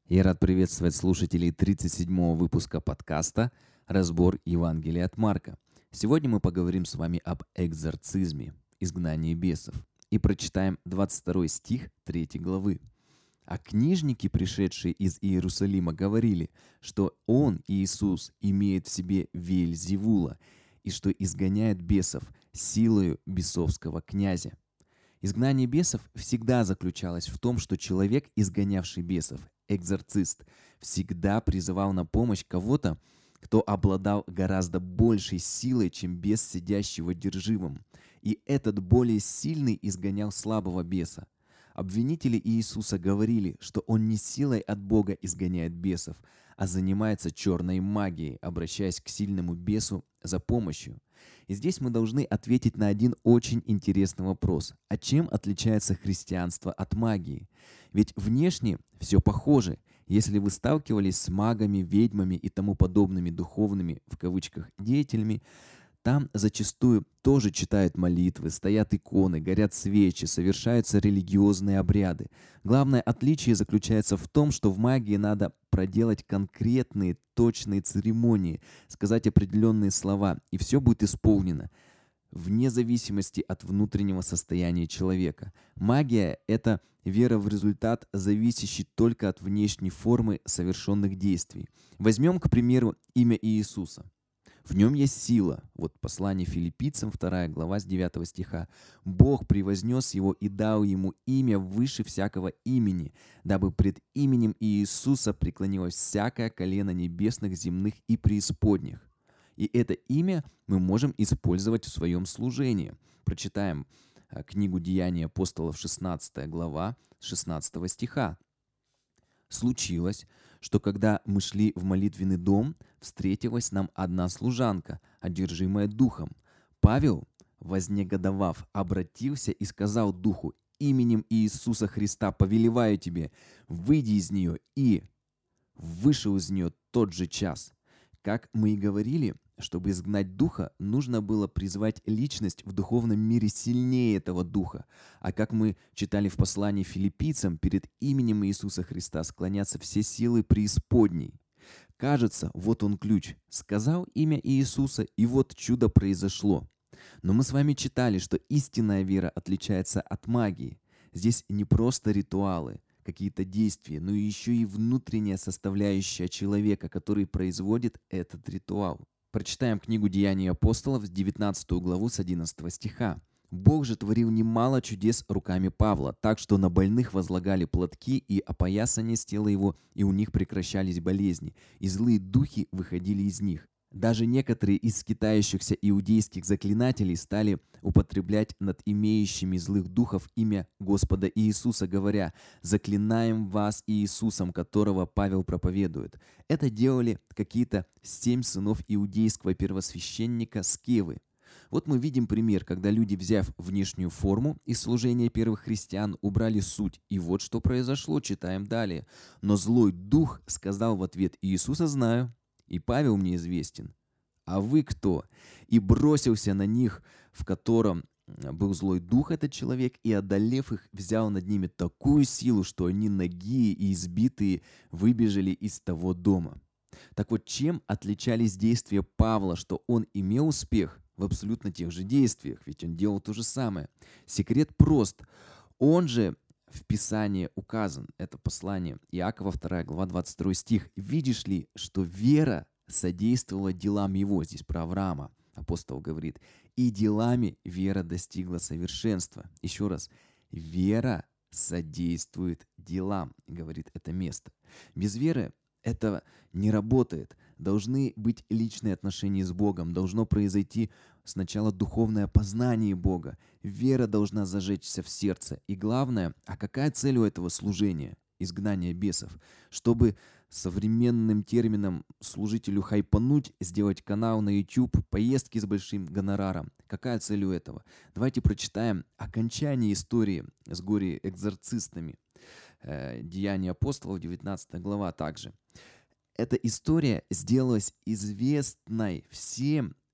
Я рад приветствовать слушателей 37-го выпуска подкаста «Разбор Евангелия от Марка». Сегодня мы поговорим с вами об экзорцизме, изгнании бесов, и прочитаем 22 стих 3 главы. А книжники, пришедшие из Иерусалима, говорили, что он, Иисус, имеет в себе Веельзевула, и что изгоняет бесов силою бесовского князя. Изгнание бесов всегда заключалось в том, что человек, изгонявший бесов, экзорцист, всегда призывал на помощь кого-то, кто обладал гораздо большей силой, чем бес, сидящий в одержимом. И этот более сильный изгонял слабого беса. Обвинители Иисуса говорили, что он не силой от Бога изгоняет бесов, а занимается черной магией, обращаясь к сильному бесу за помощью. И здесь мы должны ответить на один очень интересный вопрос. А чем отличается христианство от магии? Ведь внешне все похоже. Если вы сталкивались с магами, ведьмами и тому подобными духовными, в кавычках, деятелями, там зачастую тоже читают молитвы, стоят иконы, горят свечи, совершаются религиозные обряды. Главное отличие заключается в том, что в магии надо проделать конкретные, точные церемонии, сказать определенные слова, и все будет исполнено, вне зависимости от внутреннего состояния человека. Магия — это вера в результат, зависящий только от внешней формы совершенных действий. Возьмем, к примеру, имя Иисуса. В нем есть сила. Вот послание Филиппийцам, 2 глава, с 9 стиха. «Бог превознес его и дал ему имя выше всякого имени, дабы пред именем Иисуса преклонилось всякое колено небесных, земных и преисподних». И это имя мы можем использовать в своем служении. Прочитаем книгу «Деяния апостолов», 16 глава, 16 стиха. «Случилось, что когда мы шли в молитвенный дом, встретилась нам одна служанка, одержимая духом. Павел, вознегодовав, обратился и сказал духу: именем Иисуса Христа повелеваю тебе, выйди из нее, и вышел из нее тот же час». Как мы и говорили, чтобы изгнать духа, нужно было призвать личность в духовном мире сильнее этого духа. А как мы читали в послании Филиппийцам, перед именем Иисуса Христа склонятся все силы преисподней. Кажется, вот он ключ. Сказал имя Иисуса, и вот чудо произошло. Но мы с вами читали, что истинная вера отличается от магии. Здесь не просто ритуалы, какие-то действия, но еще и внутренняя составляющая человека, который производит этот ритуал. Прочитаем книгу «Деяния апостолов», 19 главу с 11 стиха. «Бог же творил немало чудес руками Павла, так что на больных возлагали платки и опоясание с тела его, и у них прекращались болезни, и злые духи выходили из них. Даже некоторые из скитающихся иудейских заклинателей стали употреблять над имеющими злых духов имя Господа Иисуса, говоря: «Заклинаем вас Иисусом, которого Павел проповедует». Это делали какие-то 7 сынов иудейского первосвященника Скевы. Вот мы видим пример, когда люди, взяв внешнюю форму из служения первых христиан, убрали суть. И вот что произошло, читаем далее. «Но злой дух сказал в ответ: Иисуса знаю, и Павел мне известен. А вы кто?» И бросился на них, в котором был злой дух этот человек, и, одолев их, взял над ними такую силу, что они, нагие и избитые, выбежали из того дома. Так вот, чем отличались действия Павла, что он имел успех в абсолютно тех же действиях, ведь он делал то же самое? Секрет прост. Он же в Писании указан, это послание Иакова, 2 глава, 22 стих. «Видишь ли, что вера содействовала делам его», здесь про Авраама апостол говорит, «и делами вера достигла совершенства». Еще раз, вера содействует делам, говорит это место. Без веры это не работает. Должны быть личные отношения с Богом, должно произойти сначала духовное познание Бога. Вера должна зажечься в сердце. И главное, а какая цель у этого служения? Изгнание бесов. Чтобы современным термином служителю хайпануть, сделать канал на YouTube, поездки с большим гонораром. Какая цель у этого? Давайте прочитаем окончание истории с горе-экзорцистами. Деяния апостолов, 19 глава также. Эта история сделалась известной всем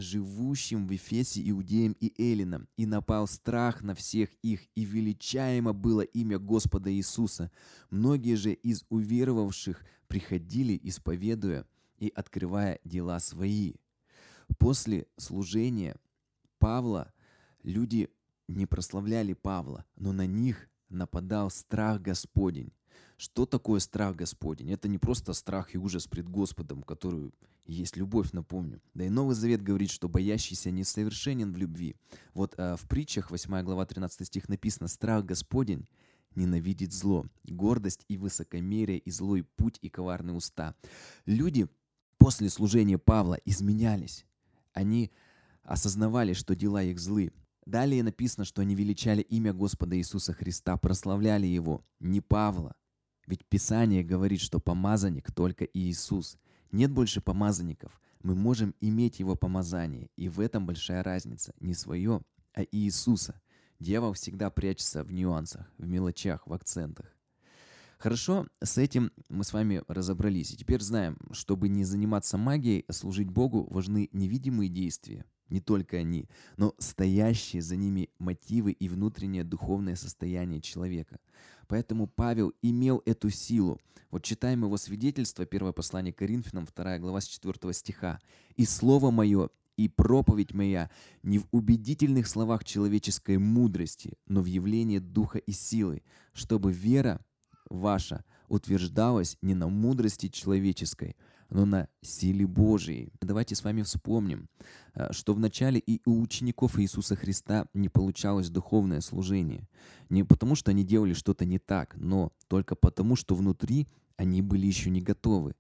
живущим в Эфесе иудеям и эллинам, и напал страх на всех их, и величаемо было имя Господа Иисуса. Многие же из уверовавших приходили, исповедуя и открывая дела свои. После служения Павла люди не прославляли Павла, но на них нападал страх Господень. Что такое страх Господень? Это не просто страх и ужас пред Господом, который есть любовь, напомню. Да и Новый Завет говорит, что боящийся несовершенен в любви. Вот в притчах 8 глава 13 стих написано: «Страх Господень ненавидит зло, гордость и высокомерие, и злой путь, и коварные уста». Люди после служения Павла изменялись. Они осознавали, что дела их злы. Далее написано, что они величали имя Господа Иисуса Христа, прославляли Его, не Павла. Ведь Писание говорит, что помазанник только Иисус. Нет больше помазанников. Мы можем иметь Его помазание, и в этом большая разница. Не свое, а Иисуса. Дьявол всегда прячется в нюансах, в мелочах, в акцентах. Хорошо, с этим мы с вами разобрались. И теперь знаем, чтобы не заниматься магией, а служить Богу, важны невидимые действия. Не только они, но стоящие за ними мотивы и внутреннее духовное состояние человека. Поэтому Павел имел эту силу. Вот читаем его свидетельство, первое послание к Коринфянам, 2 глава с 4 стиха. «И слово мое, и проповедь моя не в убедительных словах человеческой мудрости, но в явлении духа и силы, чтобы вера ваша утверждалась не на мудрости человеческой, но на силе Божией». Давайте с вами вспомним, что вначале и у учеников Иисуса Христа не получалось духовное служение. Не потому, что они делали что-то не так, но только потому, что внутри они были еще не готовы.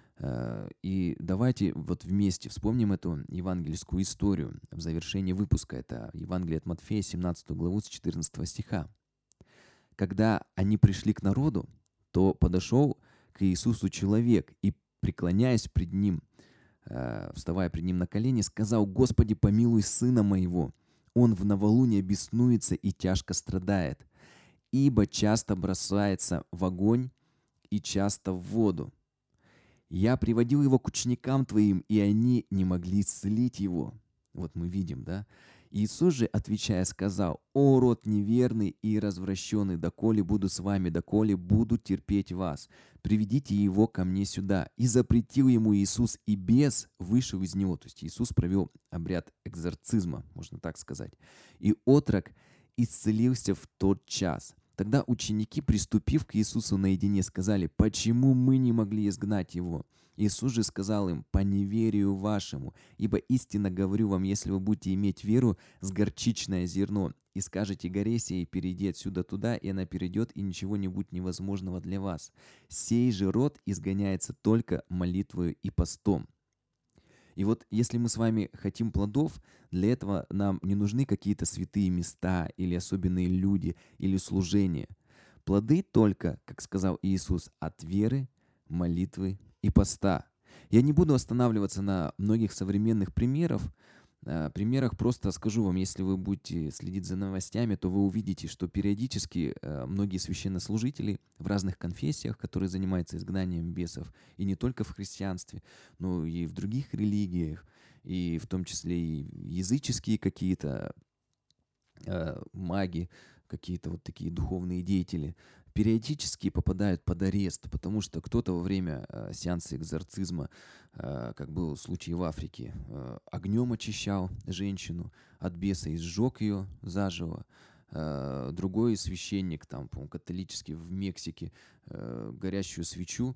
И давайте вот вместе вспомним эту евангельскую историю в завершении выпуска. Это Евангелие от Матфея, 17 главу с 14 стиха. Когда они пришли к народу, то подошел к Иисусу человек и, преклоняясь пред Ним, вставая пред Ним на колени, сказал: «Господи, помилуй сына моего, он в новолуние беснуется и тяжко страдает, ибо часто бросается в огонь и часто в воду. Я приводил его к ученикам твоим, и они не могли исцелить его». Вот мы видим, да? Иисус же, отвечая, сказал: «О, род неверный и развращенный, доколе буду с вами, доколе буду терпеть вас? Приведите его ко мне сюда». И запретил ему Иисус, и бес вышел из него. То есть Иисус провел обряд экзорцизма, можно так сказать. И отрок исцелился в тот час. Тогда ученики, приступив к Иисусу наедине, сказали: «Почему мы не могли изгнать его?» Иисус же сказал им: «По неверию вашему, ибо истинно говорю вам, если вы будете иметь веру с горчичное зерно, и скажете горе сей, перейди отсюда туда, и она перейдет, и ничего не будет невозможного для вас. Сей же род изгоняется только молитвою и постом». И вот если мы с вами хотим плодов, для этого нам не нужны какие-то святые места или особенные люди или служения. Плоды только, как сказал Иисус, от веры, молитвы и поста. Я не буду останавливаться на многих современных примерах, просто скажу вам, если вы будете следить за новостями, то вы увидите, что периодически многие священнослужители в разных конфессиях, которые занимаются изгнанием бесов, и не только в христианстве, но и в других религиях, и в том числе и языческие какие-то маги, какие-то вот такие духовные деятели, периодически попадают под арест, потому что кто-то во время сеанса экзорцизма, как был случай в Африке, огнем очищал женщину от беса и сжег ее заживо. Другой священник, там, по-моему, католический в Мексике, горящую свечу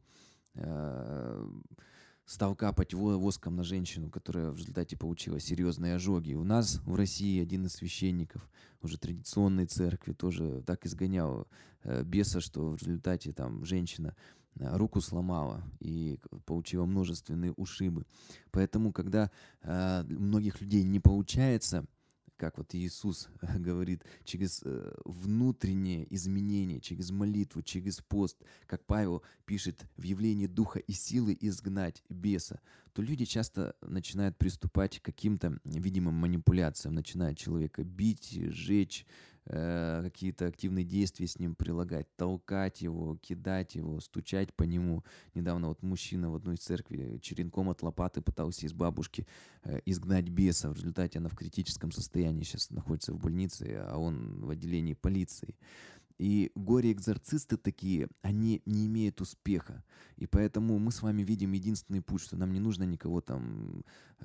стал капать воском на женщину, которая в результате получила серьезные ожоги. У нас в России один из священников уже традиционной церкви тоже так изгонял беса, что в результате там женщина руку сломала и получила множественные ушибы. Поэтому, когда у многих людей не получается, как вот Иисус говорит, через внутреннее изменение, через молитву, через пост, как Павел пишет, в явлении духа и силы изгнать беса, то люди часто начинают приступать к каким-то видимым манипуляциям, начинают человека бить, сжечь, какие-то активные действия с ним прилагать, толкать его, кидать его, стучать по нему. Недавно вот мужчина в одной церкви черенком от лопаты пытался из бабушки изгнать беса. В результате она в критическом состоянии сейчас находится в больнице, а он в отделении полиции. И горе-экзорцисты такие, они не имеют успеха. И поэтому мы с вами видим единственный путь, что нам не нужно никого там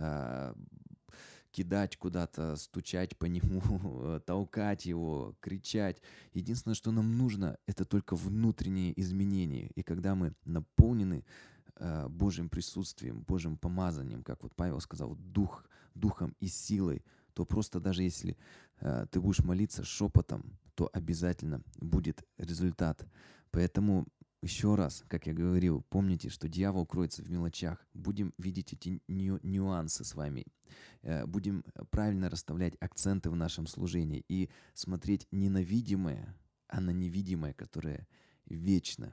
кидать куда-то, стучать по нему, толкать его, кричать. Единственное, что нам нужно, это только внутренние изменения. И когда мы наполнены Божьим присутствием, Божьим помазанием, как вот Павел сказал, духом и силой, то просто даже если ты будешь молиться шепотом, то обязательно будет результат. Поэтому еще раз, как я говорил, помните, что дьявол кроется в мелочах. Будем видеть эти нюансы с вами. Будем правильно расставлять акценты в нашем служении и смотреть не на видимое, а на невидимое, которое вечно.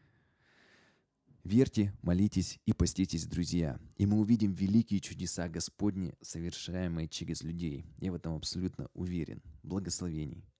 Верьте, молитесь и поститесь, друзья, и мы увидим великие чудеса Господни, совершаемые через людей. Я в этом абсолютно уверен. Благословений.